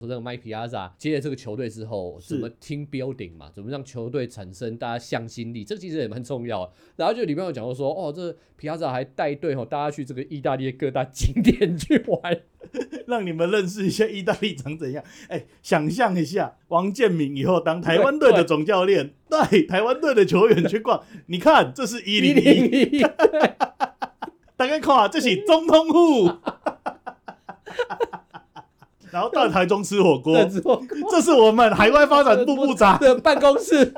这个 Mike Piazza 接了这个球队之后，怎么 team building 嘛，怎么让球队产生大家向心力，这其实也蛮重要的。然后就里面有讲到说，哦，这 Piazza 还带队大家去这个意大利的各大景点去玩， 让你们认识一下意大利长怎样。想象一下，王建民以后当台湾队的总教练，带台湾队的球员去逛，你看这是101，大家看这是总统府。然后到台中吃火锅，这是我们海外发展部部长的办公室。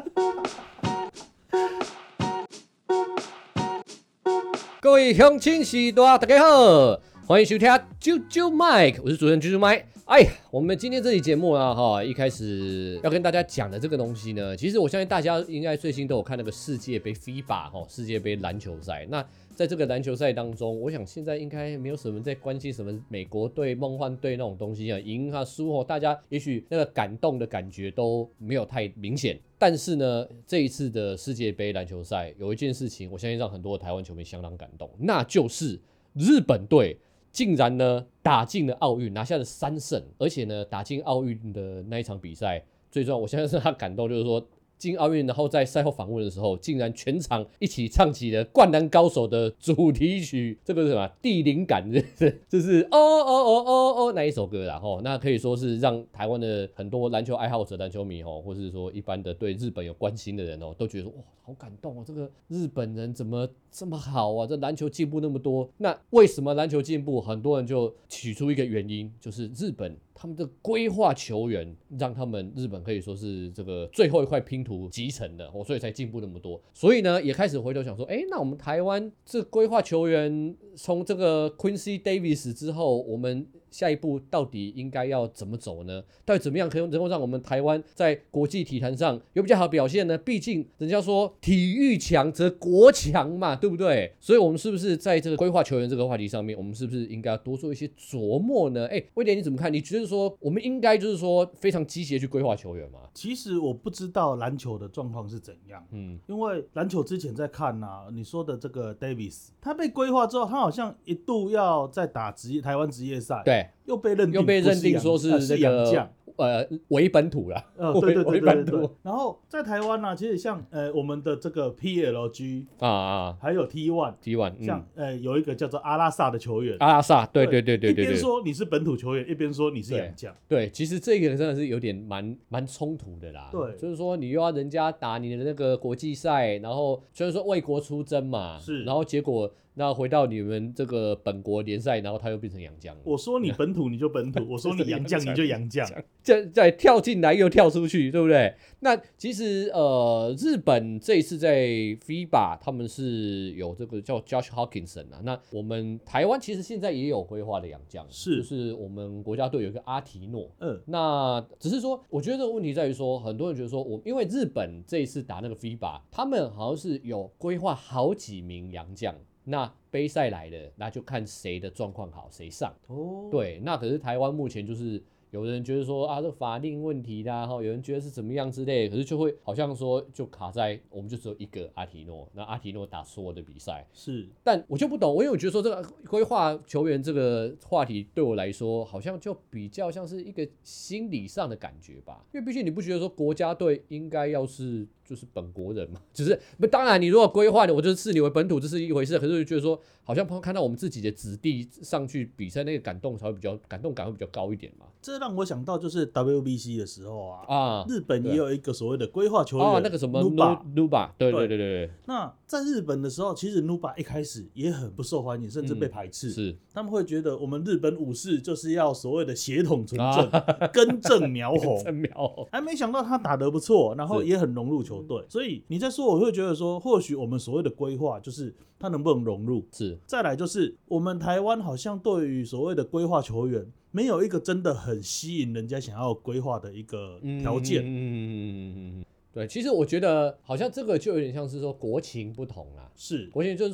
各位乡亲时大家好，欢迎收听啾啾 Mike， 我是主持人啾啾 Mike。我们今天这期节目啊，一开始要跟大家讲的这个东西呢，其实我相信大家应该最近都有看那个世界杯 FIBA 世界杯篮球赛。那在这个篮球赛当中，我想现在应该没有什么在关心什么美国队、梦幻队那种东西啊，赢啊输大家也许那个感动的感觉都没有太明显。但是呢，这一次的世界杯篮球赛有一件事情，我相信让很多的台湾球迷相当感动，那就是日本队竟然呢打进了奥运，拿下了3胜，而且呢打进奥运的那一场比赛，最重要，我相信是他感动，就是说进奥运，然后在赛后访问的时候，竟然全场一起唱起了《灌篮高手》的主题曲，这个是什么？地灵感，就是哦哦哦哦哦那一首歌啦。那可以说是让台湾的很多篮球爱好者、篮球迷或是说一般的对日本有关心的人都觉得说哇，好感动哦！这个日本人怎么这么好啊？这篮球进步那么多，那为什么篮球进步？很多人就取出一个原因，就是日本他们的规划球员，让他们日本可以说是这个最后一块拼图集成的，所以才进步那么多。所以呢，也开始回头想说，那我们台湾这规划球员从这个 Quincy Davis 之后，我们下一步到底应该要怎么走呢？到底怎么样可以能够让我们台湾在国际体坛上有比较好的表现呢？毕竟人家说体育强则国强嘛，对不对？所以我们是不是在这个规划球员这个话题上面，我们是不是应该要多做一些琢磨呢？威廉你怎么看？你觉得说我们应该就是说非常积极的去规划球员吗？ 其实我不知道篮球的状况是怎样，因为篮球之前在看你说的这个 Davis， 他被规划之后，他好像一度要再打台湾职业赛， 对， 又被认定说是那个伪本土啦， 对。然后在台湾呢，其实像我们的这个 PLG 还有 T1，像有一个叫做阿拉萨的球员， 阿拉萨，对， 一边说你是本土球员，一边说你是洋将， 对，其实这个真的是有点蛮冲突的啦， 对， 就是说你又要人家打你的那个国际赛，然后虽然说为国出征嘛， 是， 然后结果那回到你们这个本国联赛，然后他又变成洋将了。 我说你本土你就本土，我说你洋将你就洋将， 再跳进来又跳出去，对不对？那其实日本这一次在 FIBA 他们是有这个叫 Josh Hawkinson 啊，那我们台湾其实现在也有规划的洋将，就是我们国家队有一个阿提诺，那只是说我觉得这个问题在于说，很多人觉得说因为日本这一次打那个 FIBA， 他们好像是有规划好几名洋将。那杯赛来了，那就看谁的状况好谁上。对，那可是台湾目前就是有人觉得说这法令问题啦，有人觉得是怎么样之类的，可是就会好像说就卡在我们就只有一个阿提诺，那阿提诺打所有的比赛是， 但我就不懂，因为我觉得说这个规划球员这个话题对我来说好像就比较像是一个心理上的感觉吧，因为毕竟你不觉得说国家队应该要是就是本国人嘛，就是当然你如果规划的我就视你为本土这是一回事，可是就觉得说好像看到我们自己的子弟上去比赛，那个感动感会比较高一点嘛。 这让我想到就是 WBC 的时候日本也有一个所谓的规划球员那个什么 Nuba， 对。 那在日本的时候，其实 Nuba 一开始也很不受欢迎，甚至被排斥。 是， 他们会觉得我们日本武士就是要所谓的血统纯正，根正苗红。还没想到他打得不错，然后也很融入球队。所以你在说，我会觉得说，或许我们所谓的规划就是他能不能融入。 是， 再来就是我们台湾好像对于所谓的规划球员，没有一个真的很吸引人家想要规划的一个条件。 对，其实我觉得好像这个就有点像是说国情不同啦。 是， 国情就是说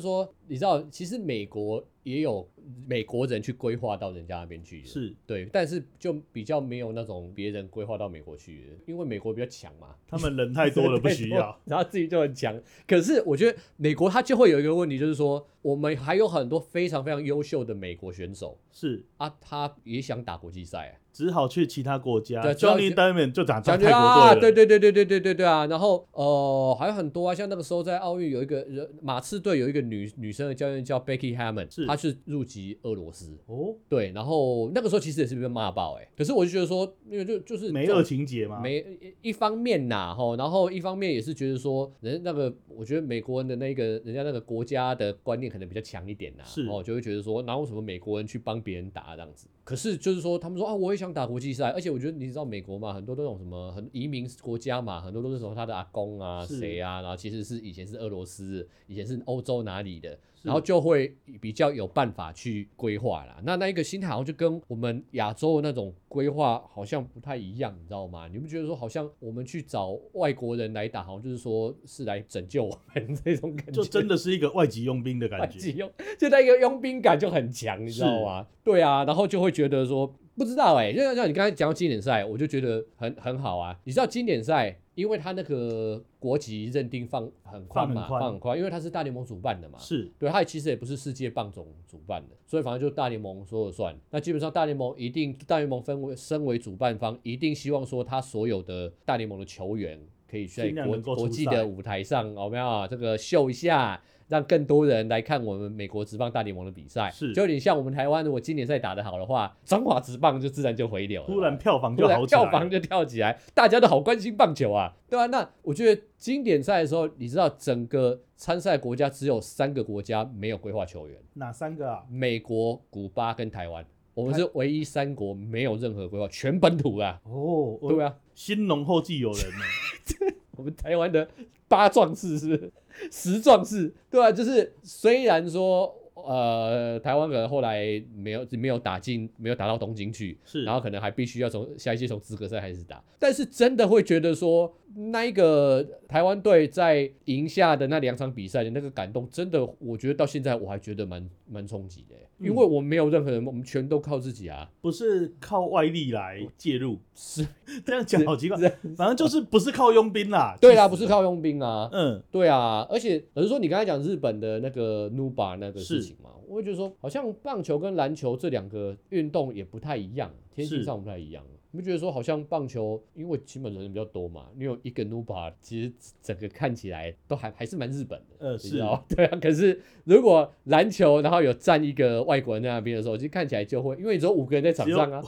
你知道，其实美国也有美国人去规划到人家那边去的， 是对，但是就比较没有那种别人规划到美国去的，因为美国比较强嘛， 他们人太多了，不需要， 然后自己就很强。可是我觉得美国它就会有一个问题，就是说我们还有很多非常非常优秀的美国选手是啊，他也想打国际赛， 只好去其他国家。 对 Johnny Diamond 就打泰国队啊， 了， 对啊，然后还有很多啊，像那个时候在奥运有一个马刺队有一个女生的教练叫 Becky Hammon， 她是入籍俄罗斯哦，对，然后那个时候其实也是被骂爆可是我就觉得说，因为就是没二情节嘛， 一方面呐然后一方面也是觉得说人那个我觉得美国人的那个人家那个国家的观念可能比较强一点呐， 是就会觉得说哪有什么美国人去帮别人打这样子。可是就是说，他们说啊，我也想打国际赛，而且我觉得你知道美国嘛，很多那种什么很移民国家嘛，很多都是什么他的阿公啊、谁啊，然后其实是以前是俄罗斯，以前是欧洲哪里的，然后就会比较有办法去规划啦。那一个心态好像就跟我们亚洲的那种规划好像不太一样，你知道吗？你不觉得说好像我们去找外国人来打，好像就是说是来拯救我们这种感觉， 就真的是一个外籍佣兵的感觉， 就那个佣兵感就很强，你知道吗？对啊，然后就会觉得说。不知道就像你刚才讲到经典赛，我就觉得很好啊。你知道经典赛，因为它那个国籍认定放很宽嘛，放很宽，因为它是大联盟主办的嘛， 是对，它其实也不是世界棒总主办的，所以反正就大联盟说了算。那基本上大联盟身为主办方，一定希望说他所有的大联盟的球员可以在国际的舞台上，有没有这个秀一下？让更多人来看我们美国职棒大联盟的比赛，就有点像我们台湾，如果经典赛打得好的话，中华职棒就自然就回流了， 突然票房就好起来， 票房就跳起来，大家都好关心棒球啊，对啊。那我觉得经典赛的时候，你知道整个参赛国家只有3个国家没有规划球员， 哪3个啊？ 美国、古巴跟台湾。我们是唯一3国没有任何规划，全本土啊！ 哦， 对啊， 新农后继有人呢。 我们台湾的8壮士是不是10壮士，对啊，就是虽然说台湾可能后来没有打到东京去，是，然后可能还必须要下一届从资格赛开始打，但是真的会觉得说那一个台湾队在赢下的那2场比赛的那个感动，真的我觉得到现在我还觉得蛮冲击的。因为我们没有任何人，我们全都靠自己啊， 不是靠外力来介入，是这样讲好奇怪，反正就是不是靠佣兵啦， 对啦，不是靠佣兵啊，对啊，而且老实说，你刚才讲日本的那个 Nuba 那个事情嘛，我会觉得说，好像棒球跟篮球这2个运动也不太一样，天性上不太一样。你不觉得说好像棒球，因为基本人比较多嘛，你有一个 Nuba， 其实整个看起来都还是蛮日本的，是，对啊。可是如果篮球，然后有站一个外国人在那边的时候，其实看起来就会，因为你只有5个人在场上啊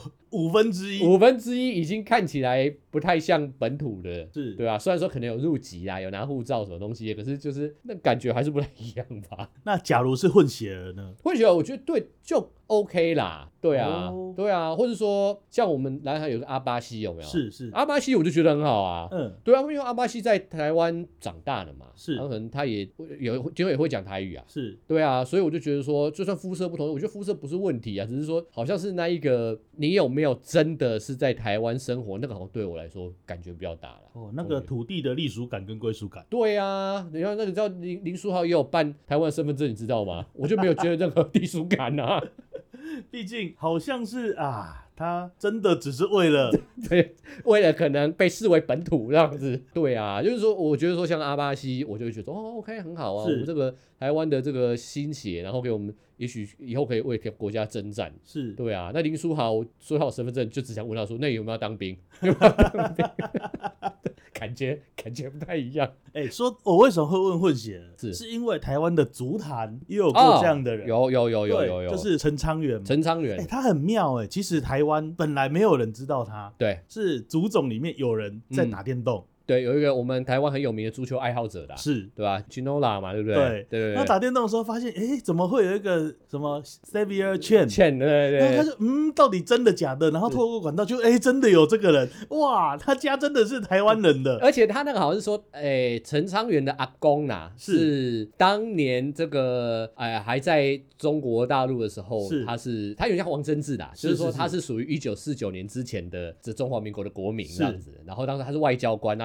，1/5已经看起来不太像本土的，是，对啊。虽然说可能有入籍啊，有拿护照什么东西，可是就是那感觉还是不太一样吧。 那假如是混血儿呢？ 混血儿我觉得对就 OK 啦，对啊，对啊，或者说像我们南韩有个阿巴西，有没有？是阿巴西，我就觉得很好啊。对啊，因为阿巴西在台湾长大的嘛，是，然后可能他也有机会也会讲台语啊，是，对啊，所以我就觉得说，就算肤色不同，我觉得肤色不是问题啊，只是说好像是那一个你有没有真的是在台湾生活，那个好像对我来说感觉比较大了。 哦，那个土地的隶属感跟归属感。 对啊，你看那个叫林书豪也有办台湾身份证，你知道吗？我就没有觉得任何隶属感啊。 毕竟好像是啊，他真的只是为了可能被视为本土这样子。对啊，就是说，我觉得说像阿巴西，我就会觉得哦 ，OK 很好啊，我们这个台湾的这个新血，然后给我们，也许以后可以为国家征战。是，对啊。那林书豪说他有身份证，就只想问他说，那你有没有要当兵？有没有当兵？感觉不太一样。 说我为什么会问混血？是因为台湾的足坛也有过这样的人， 有， 就是陈昌元。他很妙其实台湾本来没有人知道他，对，是足总里面有人在打电动。 对，有一个我们台湾很有名的足球爱好者啦，是，对吧 ？Ginola 嘛，对不对？对。 他打电动的时候发现，怎么会有一个什么 Xavier Chen， 对。然后他就到底真的假的？然后透过管道就真的有这个人，哇，他家真的是台湾人的。 而且他那个好像是说，陈昌元的阿公啦，是当年这个还在中国大陆的时候，他有点像王贞治啦，就是说他是属于1949年之前的这中华民国的国民这样子。然后当时他是外交官，然后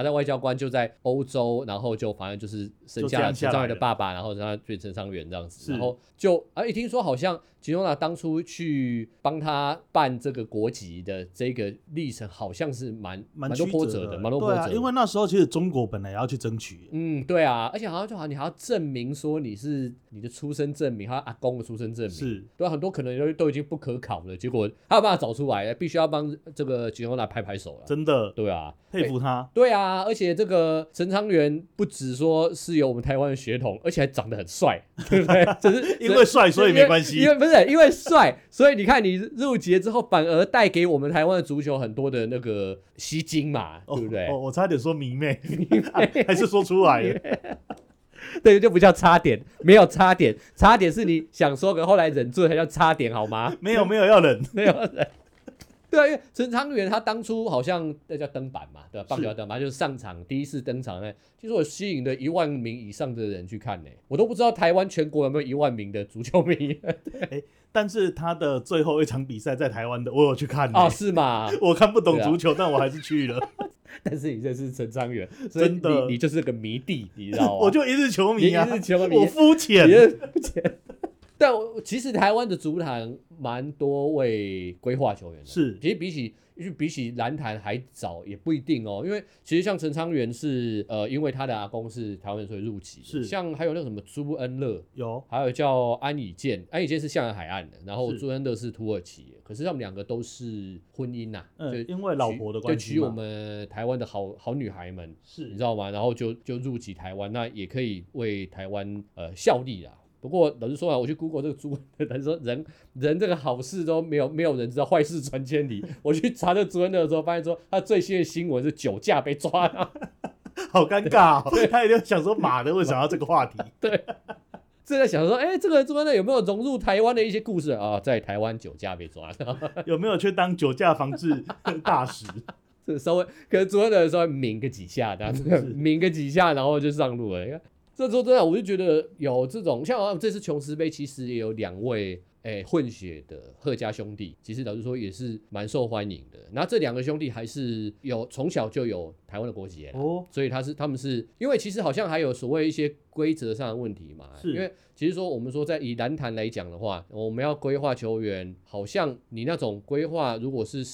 在外交官就在欧洲，然后就反正就是生下了陈昌元的爸爸，然后让他变陈昌元这样子，然后就一听说好像吉诺娜当初去帮他办这个国籍的这个历程，好像是蛮多波折的，蛮多波折的。 对啊，因为那时候其实中国本来也要去争取。 对啊，而且好像你还要证明说你的出生证明，还有阿公的出生证明， 是， 对啊，很多可能都已经不可考了，结果他有办法找出来，必须要帮这个吉诺娜拍手了。 真的， 对啊， 佩服他。 对啊，而且这个陈昌元不只说是有我们台湾的血统，而且还长得很帅，对不对？就是因为帅所以没关系， 因为帅，所以你看你入籍之后，反而带给我们台湾的足球很多的那个吸睛嘛，对不对？ 我差点说迷妹，还是说出来了。 对，就不叫差点，没有差点，差点是你想说，可后来忍住才叫差点，好吗？ 没有要忍， 没有忍。对啊，因为陈昌元他当初好像那叫登板嘛，对吧？棒球登板就是上场第一次登场呢，其实我吸引了1万名以上的人去看呢，我都不知道台湾全国有没有1万名的足球迷。 但是他的最后一场比赛在台湾的，我有去看哦，是吗？ 我看不懂足球，但我还是去了。 但是你认识陈昌元，所以你就是个迷弟，你知道吗？ 我就一日球迷啊， 一日球迷， 我肤浅。 但其实台湾的足坛蛮多位规划球员的， 是， 其实比起篮坛还早也不一定哦，因为其实像陈昌元是因为他的阿公是台湾人所以入籍， 是， 像还有那个什么朱恩乐有， 还有叫安以健是向阳海岸的，然后朱恩乐是土耳其，可是他们2个都是婚姻呐， 因为老婆的关系， 就娶我们台湾的好女孩们，是，你知道吗？然后就入籍台湾，那也可以为台湾效力啦。不过老实说啊，我去 Google 这个朱恩乐，说人这个好事都没有人知道，坏事传千里。我去查这个朱恩乐的时候，发现说他最新的新闻是酒驾被抓了， 好尴尬哦。他一定想说妈的，为什么要这个话题？ 对，正在想说，这个朱恩乐有没有融入台湾的一些故事啊？在台湾酒驾被抓， 有没有去当酒驾防治大使？ 这稍微可能朱恩乐稍微抿个几下，抿个几下，然后就上路了。这时候真的，我就觉得有这种像这次琼斯杯，其实也有2位混血的贺家兄弟，其实老实说也是蛮受欢迎的。然后这2个兄弟还是从小就有台湾的国籍所以他们是因为其实好像还有所谓一些规则上的问题嘛，因为其实说我们说在以篮坛来讲的话，我们要规划球员，好像你那种规划如果是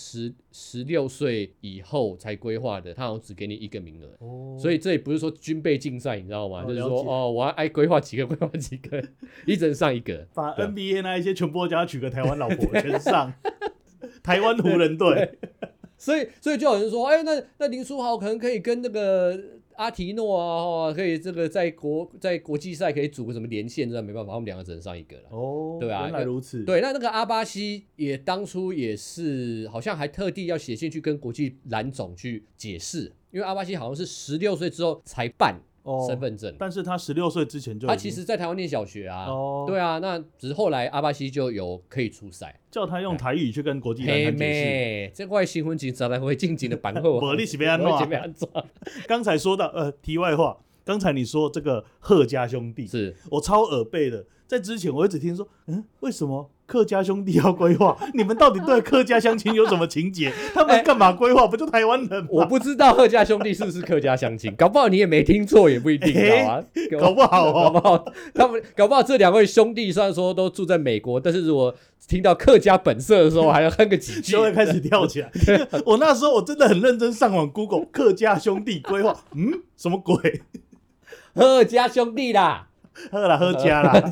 16岁以后才规划的，他好像只给你1个名额，所以这也不是说军备竞赛，你知道吗？就是说我要爱规划几个，一直上1个， 把 NBA 那一些全部叫他娶个台湾老婆全上，台湾湖人队。 所以就有人说，那林书豪可能可以跟那个阿提诺啊，可以这个在国际赛可以组个什么连线，真的没办法，他们2个只能上1个了。对啊， 原来如此。 对，那个阿巴西也当初也是好像还特地要写信去跟国际篮总去解释，因为阿巴西好像是16岁之后才办身份证， 但是他16岁之前就他其实在台湾念小学啊，对啊，那只是后来阿巴西就有可以出赛， 叫他用台语去跟国际篮坛解释。 这块新婚警察才会进警的版后， 我你是要安怎？刚才说到题外话，刚才你说这个贺家兄弟，是我超耳背的，在之前我一直听说，为什么客家兄弟要规划？你们到底对客家乡亲有什么情节？他们干嘛规划？不就台湾人吗？ 我不知道客家兄弟是不是客家乡亲，搞不好你也没听错，也不一定，知道吗？ 搞不好搞不好这2位兄弟虽然说都住在美国，但是如果听到客家本色的时候，还要哼个几句， 就会开始跳起来。我那时候我真的很认真上网 Google 客家兄弟规划，什么鬼？ 客家兄弟啦， 喝家啦。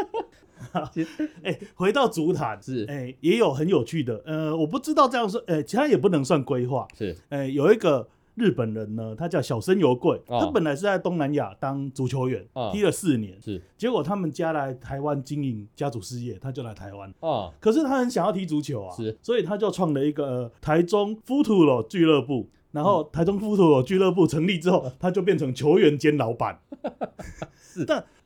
回到足坛是也有很有趣的，我不知道这样说，其他也不能算规划，是有一个日本人呢，他叫小森由贵，他本来是在东南亚当足球员，踢了4年，是结果他们家来台湾经营家族事业，他就来台湾，可是他很想要踢足球啊，是，所以他就创了一个台中夫图罗俱乐部。然后台中夫图罗俱乐部成立之后，他就变成球员兼老板。是，但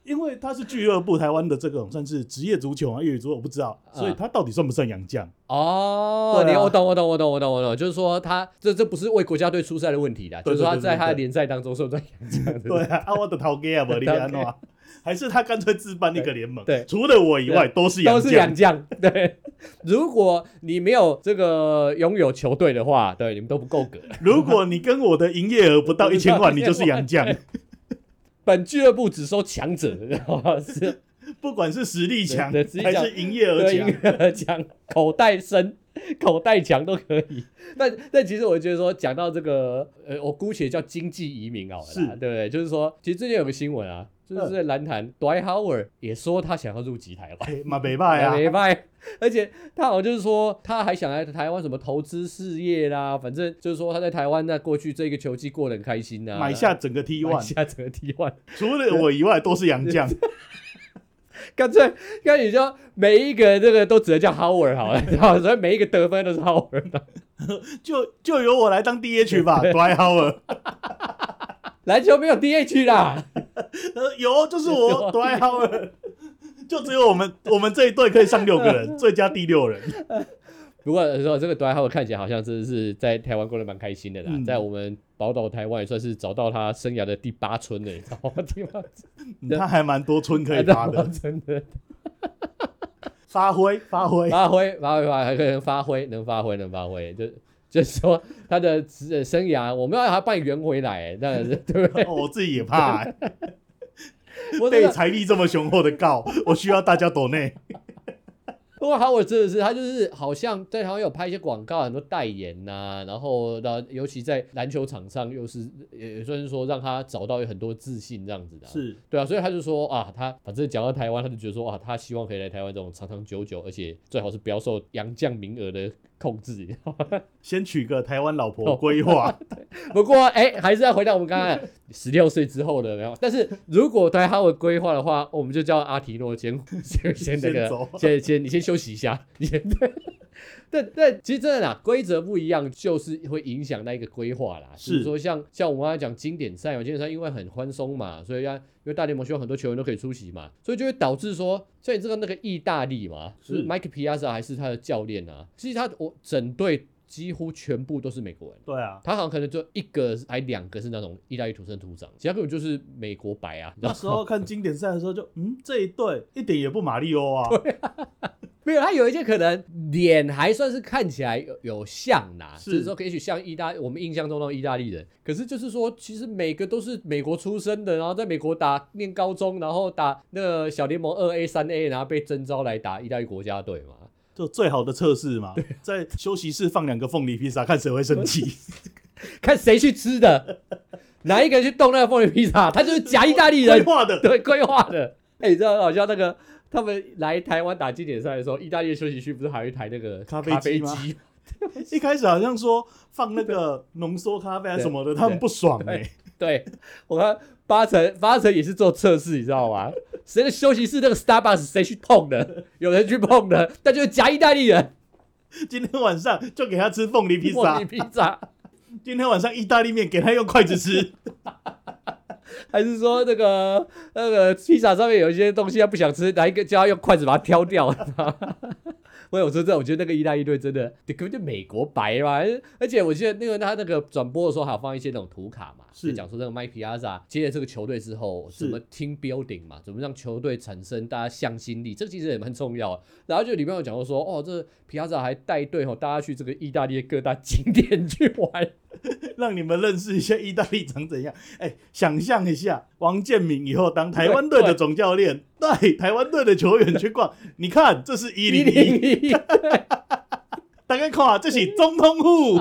因为他是俱乐部台湾的这种算是职业足球啊，业余足球我不知道，所以他到底算不算洋将？ 哦，我懂，就是说他这不是为国家队出赛的问题啦，就是说他在他的联赛当中算不算洋将？ 对啊，我的头家啊，你安怎？还是他干脆自办一个联盟？ 对， 除了我以外都是洋将。 都是洋将。对，如果你没有这个拥有球队的话，对，你们都不够格。 如果你跟我的营业额不到1000万，你就是洋将。 本俱乐部只收强者，是不管是实力强还是营业额强，口袋深、口袋强都可以。但其实我觉得说，讲到这个，我姑且叫经济移民好了啦，对不对？就是说，其实最近有个新闻啊，就是在篮坛 Dwight Howard 也说他想要入籍台湾， 嘛没败啊， 没败。而且他好像就是说，他还想来台湾什么投资事业啦，反正就是说他在台湾那过去这个球季过得很开心啊， 买下整个 T1， 买下整个 T1， 除了我以外都是洋将。 干脆你就每一个这个都只能叫 Howard 好了，所以每一个得分都是 Howard， 就由我来当 DH 吧，Dwight Howard。 篮球没有 DH 啦， 有就是我Dwight Howard，就只有我们这一队可以上6个人，最佳第6人。 不过说这个Dwight Howard看起来好像真的是在台湾过得蛮开心的啦，在我们宝岛台湾也算是找到他生涯的第8春了，你知道吗？ 他还蛮多春可以发的， 真的。 发挥， 还可以能发挥，就是说他的生涯，我们要还帮你圆回来，那对不对？ 我自己也怕，被财力这么雄厚的告，我需要大家抖内。 不过Howard真的是，他就是好像在台湾有拍一些广告，很多代言呐、然后尤其在篮球场上，又是也算是说让他找到有很多自信这样子的、 是， 对啊，所以他就说啊，他反正讲到台湾，他就觉得说啊，他希望可以来台湾这种长长久久，而且最好是不要受洋将名额的控制。 先娶个台湾老婆规划。 不过还是要回到我们刚刚16岁之后的没有。但是如果对他的规划的话，我们就叫阿提诺先那个你先休息一下，你先对，其实真的啦，规则不一样，就是会影响那一个规划啦。是说像我们刚才讲经典赛嘛，经典赛因为很宽松嘛，所以因为大联盟希望很多球员都可以出席嘛，所以就会导致说，像你这个那个意大利嘛，是 Mike Piazza 还是他的教练啊，其实我整队几乎全部都是美国人。 对啊， 他好像可能就1个还2个是那种意大利土生土长，其他根本就是美国白啊。 那时候看经典赛的时候就，这一队一点也不马里欧啊。 对啊，没有，他有一些可能脸还算是看起来有像啦，就是说也许像我们印象中的意大利人，可是就是说其实每个都是美国出生的，然后在美国念高中，然后打那个小联盟2A 3A， 然后被征召来打意大利国家队嘛。 就最好的测试嘛，在休息室放2个凤梨披萨，看谁会生气， 看谁去吃的，哪一个人去动那个凤梨披萨，他就是假意大利人规划的， 对，规划的。你知道好像那个他们来台湾打经典赛的时候，意大利的休息区不是还有一台那个咖啡机？ 一开始好像说放那个浓缩咖啡什么的，他们不爽对，我看八成也是做测试，你知道吗？谁的休息室那个 Starbucks 谁去碰的？有人去碰的，那就是假意大利人。 今天晚上就给他吃凤梨披萨。今天晚上意大利面给他用筷子吃。 还是说那个披萨上面有一些东西他不想吃，哪一个叫他用筷子把它挑掉？我说这，我觉得那个意大利队真的根本就美国白嘛，而且我记得他那个转播的时候还有放一些那种图卡嘛，是讲说这个 Mike Piazza 接了这个球队之后，怎么 team building 嘛，怎么让球队产生大家向心力，这个其实也蛮重要的。然后就里面有讲说，这 Piazza 还带队大家去这个意大利的各大景点去玩。 让你们认识一下意大利长怎样。想象一下，王建民以后当台湾队的总教练，带台湾队的球员去逛，你看这是101，大家看这是总统府，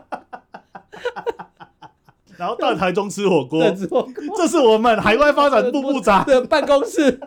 然后到台中吃火锅，这是我们海外发展部部长的办公室，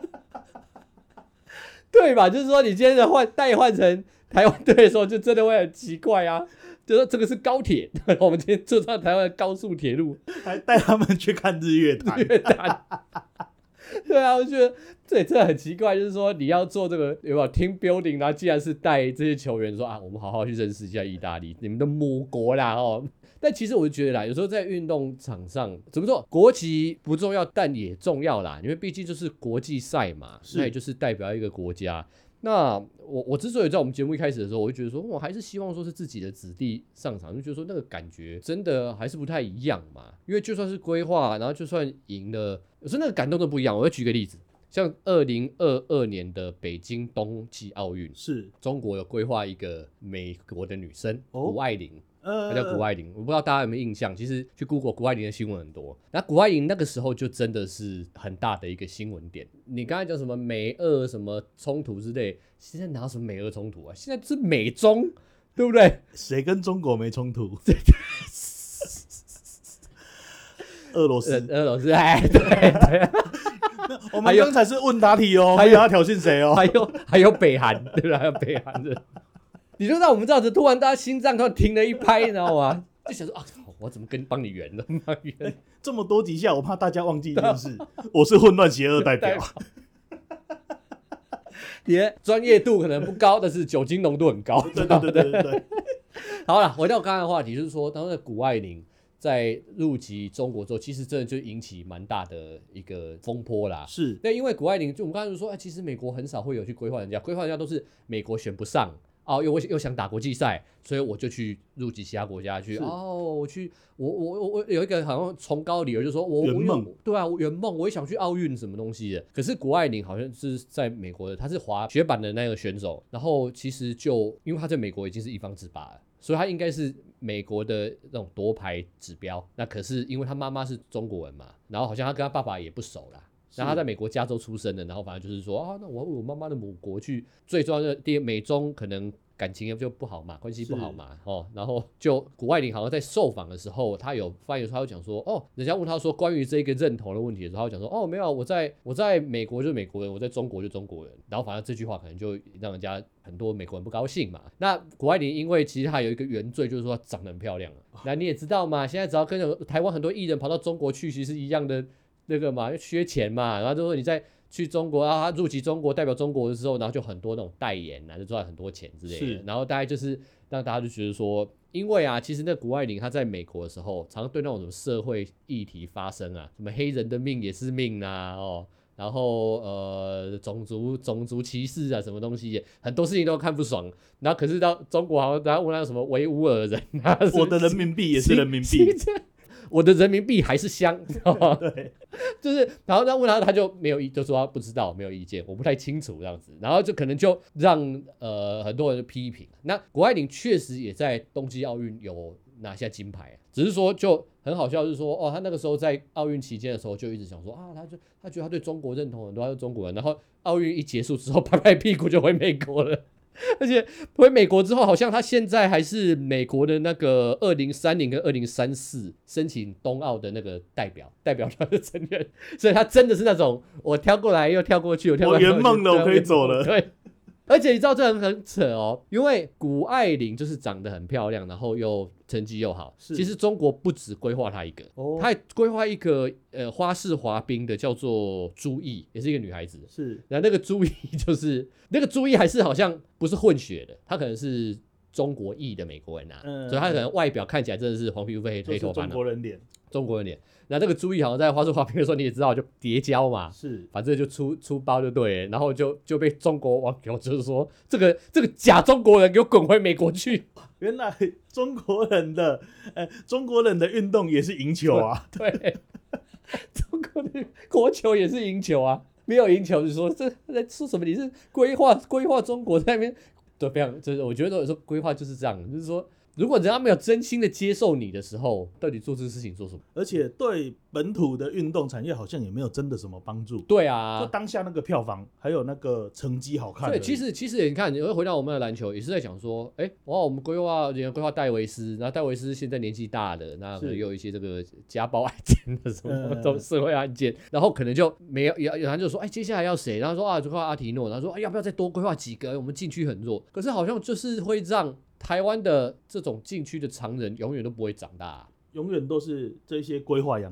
对吧？就是说你今天的代换成台湾队的时候，就真的会很奇怪啊。就说这个是高铁，我们今天坐上台湾的高速铁路， 还带他们去看日月潭。 对啊，我觉得这也真的很奇怪，就是说你要做这个有没有 team building， 然后既然是带这些球员说我们好好去认识一下意大利，你们的母国啦但其实我就觉得啦，有时候在运动场上怎么说，国旗不重要，但也重要啦，因为毕竟就是国际赛嘛，那也就是代表一个国家。那我之所以在我们节目一开始的时候，我就觉得说，我还是希望说是自己的子弟上场，就觉得说那个感觉真的还是不太一样嘛。因为就算是规划，然后就算赢了，有时候那个感动都不一样。我要举个例子，像2022年的北京冬季奥运， 是中国有规划一个美国的女生谷爱凌。她叫谷爱凌，我不知道大家有没有印象。其实去 Google 谷爱凌的新闻很多，那谷爱凌那个时候就真的是很大的一个新闻点。你刚才讲什么美俄什么冲突之类，现在哪有什么美俄冲突啊？现在是美中，对不对？ 谁跟中国没冲突？俄罗斯， 哎，对。 我们刚才是问答题哦，还有要挑衅谁哦？ 还有北韩，对吧？还有北韩的。你就让我们这样子，突然大家心脏突然停了一拍，你知道吗？就想说啊，我怎么帮你圆了？ 这么多集下，我怕大家忘记一件事，我是混乱邪恶代表。 你的专业度可能不高，但是酒精浓度很高。 对。 好了，回到刚才的话题，就是说，当时谷爱凌在入籍中国之后，其实真的就引起蛮大的一个风波啦。 是， 对，因为谷爱凌，就我们刚才就说，其实美国很少会有去规划人家，规划人家都是美国选不上。又想打国际赛，所以我就去入籍其他国家去。我有一个好像崇高理由，就是说圆梦， 对啊，我圆梦，我也想去奥运什么东西的。可是谷爱凌好像是在美国的，她是滑雪板的那个选手，然后其实就因为她在美国已经是一方之霸了，所以她应该是美国的那种夺牌指标。那可是因为她妈妈是中国人嘛，然后好像她跟她爸爸也不熟啦。然后他在美国加州出生的，然后反正就是说那我妈妈的母国去，最重要的美中可能感情就不好嘛，关系不好嘛，然后就谷爱凌好像在受访的时候，他有发言，他有讲说，人家问他说关于这个认同的问题的时候，他有讲说，没有，我在美国就是美国人，我在中国就中国人，然后反正这句话可能就让人家很多美国人不高兴嘛。那谷爱凌因为其实她有一个原罪，就是说她长得很漂亮那你也知道嘛，现在只要跟台湾很多艺人跑到中国去，其实一样的。那个嘛，缺钱嘛，然后就说你在去中国，然后他入籍中国代表中国的时候，然后就很多那种代言就赚很多钱之类的。然后大概就是让大家就觉得说，因为其实那谷爱凌她在美国的时候，常常对那种什么社会议题发声什么黑人的命也是命然后种族歧视什么东西，很多事情都看不爽。然后可是到中国好像大家问他什么维吾尔人我的人民币也是人民币。 我的人民币还是香， 对， 就是，然后他问他就没有就说他不知道，没有意见，我不太清楚这样子，然后就可能就让很多人就批评。那谷爱凌确实也在冬季奥运有拿下金牌，只是说就很好笑，就是说他那个时候在奥运期间的时候就一直想说他觉得他对中国认同很多，他是中国人，然后奥运一结束之后拍拍屁股就回美国了。而且回美国之后，好像他现在还是美国的那个2030跟2034申请冬奥的那个代表团的成员，所以他真的是那种我跳过来又跳过去， 我圆梦了，我可以走了。 对，而且你知道这很扯因为谷爱凌就是长得很漂亮，然后又成绩又好。其实中国不只规划她一个，她还规划一个花式滑冰的，叫做朱毅，也是一个女孩子。 是， 然后那个朱毅就是那个朱毅还是好像不是混血的，她可能是中国裔的美国人所以她可能外表看起来真的是黄皮肤黑头发， 中国人脸。 那这个朱毅好像在花式滑冰的时候，你也知道就叠交嘛， 是， 反正就出包就对了，然后就被中国网友就是说这个假中国人给我滚回美国去。 原来中国人的运动也是赢球啊。 对，中国的国球也是赢球啊，没有赢球就说这在说什么？你是规划中国在那边，对，非常就是我觉得有时候规划就是这样，就是说。如果人家没有真心的接受你的时候，到底做这个事情做什么？ 而且对本土的运动产业好像也没有真的什么帮助。 对啊， 就当下那个票房还有那个成绩好看。 对，其实你看，你会回到我们的篮球，也是在讲说，我们规划戴维斯，然后戴维斯现在年纪大了，那可能有一些这个家暴案件的什么这种社会案件，然后可能就没有，有人就说，接下来要谁？然后说就规划阿提诺，然后说要不要再多规划几个？我们禁区很弱，可是好像就是会让台湾的这种禁区的常人永远都不会长大永远都是这些规划洋将。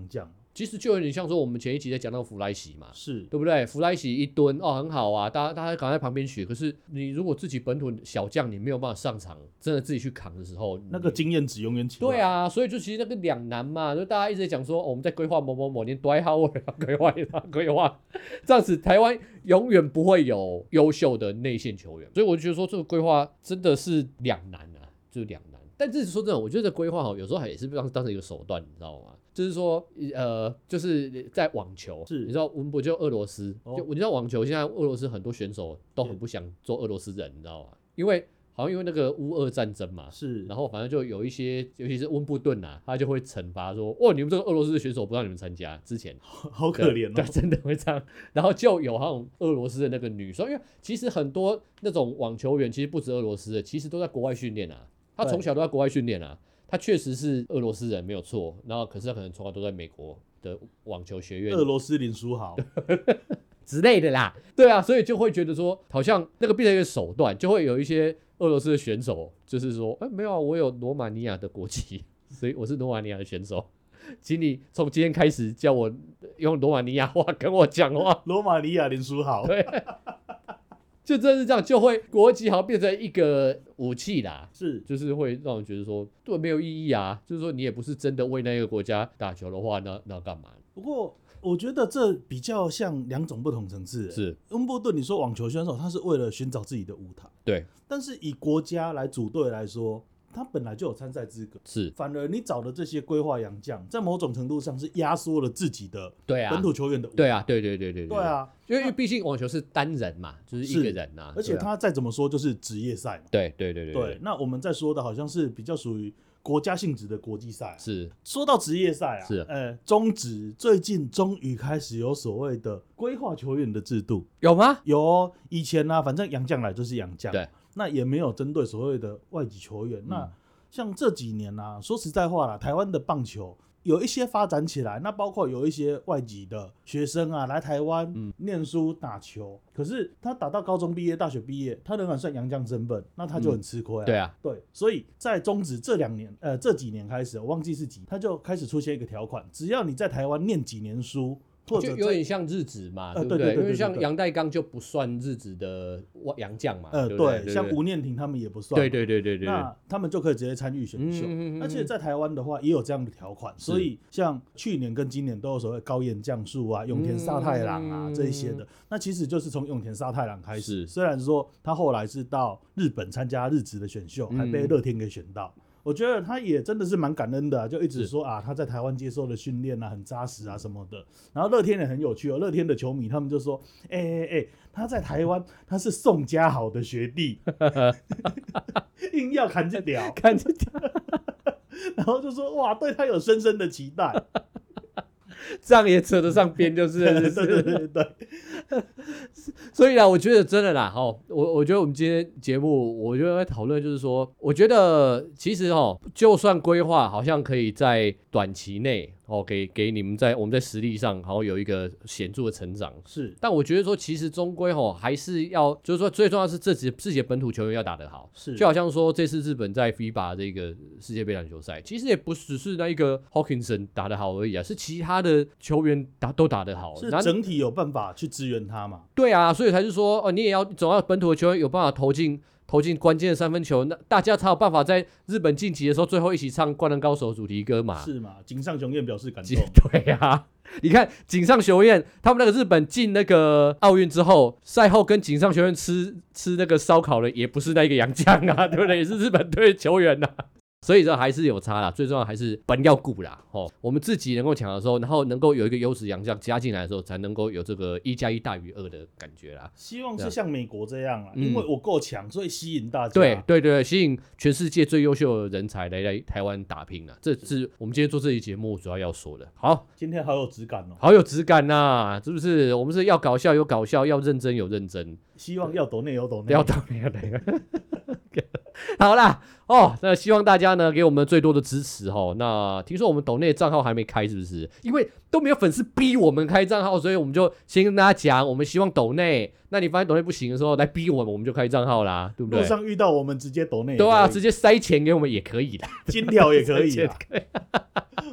其实就有点像说我们前一集在讲到弗莱西嘛， 是对不对？弗莱西一吨哦很好啊，大家赶快在旁边学。可是你如果自己本土小将你没有办法上场，真的自己去扛的时候， 那个经验值永远起不来。 对啊，所以就其实那个两难嘛，就大家一直在讲说、我们在规划某某某年dwight howard规划，这样子台湾永远不会有优秀的内线球员，所以我就觉得说这个规划真的是两难啊，就是两难。但是说真的，我觉得这规划有时候也是当成一个手段，你知道吗？就是说，就是在网球， 是你知道温布就俄罗斯，你知道网球现在俄罗斯很多选手都很不想做俄罗斯人，你知道吗？好像因为那个乌俄战争嘛， 是， 然后反正就有一些，尤其是温布顿啊，他就会惩罚说，哦，你们这个俄罗斯的选手不让你们参加，之前好可怜哦， 对，真的会这样。然后就有那种俄罗斯的那个女生，因为其实很多那种网球员，其实不止俄罗斯的，其实都在国外训练啊，他从小都在国外训练啊。他确实是俄罗斯人没有错，然后可是他可能从小都在美国的网球学院， 俄罗斯林书豪之类的啦，对啊，所以就会觉得说，好像那个变成一个手段，就会有一些俄罗斯的选手，就是说，没有啊，我有罗马尼亚的国籍，所以我是罗马尼亚的选手，请你从今天开始叫我用罗马尼亚话跟我讲话， 罗马尼亚林书豪， 对。就真的是这样，就会国籍好像变成一个武器啦，就是会让人觉得说，对，没有意义啊。就是说，你也不是真的为那个国家打球的话，那干嘛？ 不过，我觉得这比较像两种不同层次。 是温布顿，你说网球选手他是为了寻找自己的舞台， 对， 但是以国家来组队来说，他本来就有参赛资格， 是， 反而你找的这些规划洋将，在某种程度上是压缩了自己的本土球员的舞台。 对啊，对啊，因为毕竟网球是单人嘛，就是一个人啊， 而且他再怎么说就是职业赛嘛。 对， 那我们在说的好像是比较属于国家性质的国际赛。 是， 说到职业赛啊， 是， 中职最近终于开始有所谓的规划球员的制度， 有吗？ 有哦，以前啊，反正洋将来就是洋将， 对。 那也没有针对所谓的外籍球员。那像这几年啊，说实在话啦，台湾的棒球有一些发展起来，那包括有一些外籍的学生啊来台湾念书打球，可是他打到高中毕业、大学毕业，他仍然算洋将身份，那他就很吃亏啊。 对啊， 对，所以在中职这几年开始，我忘记是几，他就开始出现一个条款，只要你在台湾念几年书。 就有点像日职嘛，对不对？因为像杨代刚就不算日职的洋将嘛， 对，像吴念庭他们也不算， 对， 那他们就可以直接参与选秀。而且在台湾的话，也有这样的条款，所以像去年跟今年都有所谓高岩将树啊、永田沙太郎啊这一些的，那其实就是从永田沙太郎开始。虽然说他后来是到日本参加日职的选秀，还被乐天给选到。我觉得他也真的是蛮感恩的啊，就一直说啊，他在台湾接受的训练啊很扎实啊什么的。然后乐天也很有趣哦，乐天的球迷他们就说，他在台湾他是宋家豪的学弟，硬要砍这条，然后就说哇，对他有深深的期待。 这样也扯得上边，就是对。所以啦，我觉得真的啦，我觉得我们今天节目，我觉得在讨论就是说，我觉得其实就算规划好像可以在短期内给你们我们在实力上好像有一个显著的成长， 是。 但我觉得说，其实终归还是要，就是说最重要是自己的本土球员要打得好， 是。 就好像说这次日本在 FIBA 这个世界杯篮球赛，其实也不只是那一个 Hawkinson 打得好而已啊，是其他的球员都打得好， 是整体有办法去支援他嘛？ 对啊，所以才是说你也总要本土的球员有办法投进关键的三分球，那大家才有办法在日本晋级的时候最后一起唱《灌篮高手》主题歌嘛？ 是嘛？井上雄彦表示感动。 对啊，你看井上雄彦他们那个日本进那个奥运之后，赛后跟井上雄彦吃那个烧烤的也不是那个洋将啊，对不对？也是日本队球员啊。所以这还是有差啦，最重要还是本要顾啦，我们自己能够抢的时候，然后能够有一个优质洋将加进来的时候，才能够有这个1+1大于2的感觉啦。 希望是像美国这样啦，因为我够强，所以吸引大家。 对，吸引全世界最优秀的人才来台湾打拼啦，这是我们今天做这期节目主要说的。好， 今天好有质感哦， 好有质感呐，是不是？我们是要搞笑有搞笑，要认真有认真， 希望要抖内有抖内， 要抖内有抖内。好啦，那希望大家呢给我们最多的支持那听说我们抖内账号还没开，是不是？因为都没有粉丝逼我们开账号，所以我们就先跟大家讲，我们希望抖内。那你发现抖内不行的时候，来逼我们就开账号啦，对不对？ 路上遇到我们直接抖内， 对啊，直接塞钱给我们也可以的， 金条也可以啦。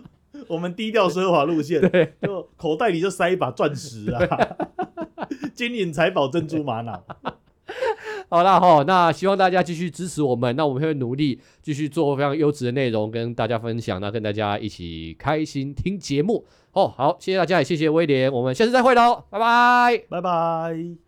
我们低调奢华路线， 对， 就口袋里就塞一把钻石啊，金银财宝、珍珠玛瑙。 好啦齁，那希望大家继续支持我们，那我们会努力继续做非常优质的内容跟大家分享，那跟大家一起开心听节目。好，谢谢大家，也谢谢威廉，我们下次再会喽，拜拜。 拜拜。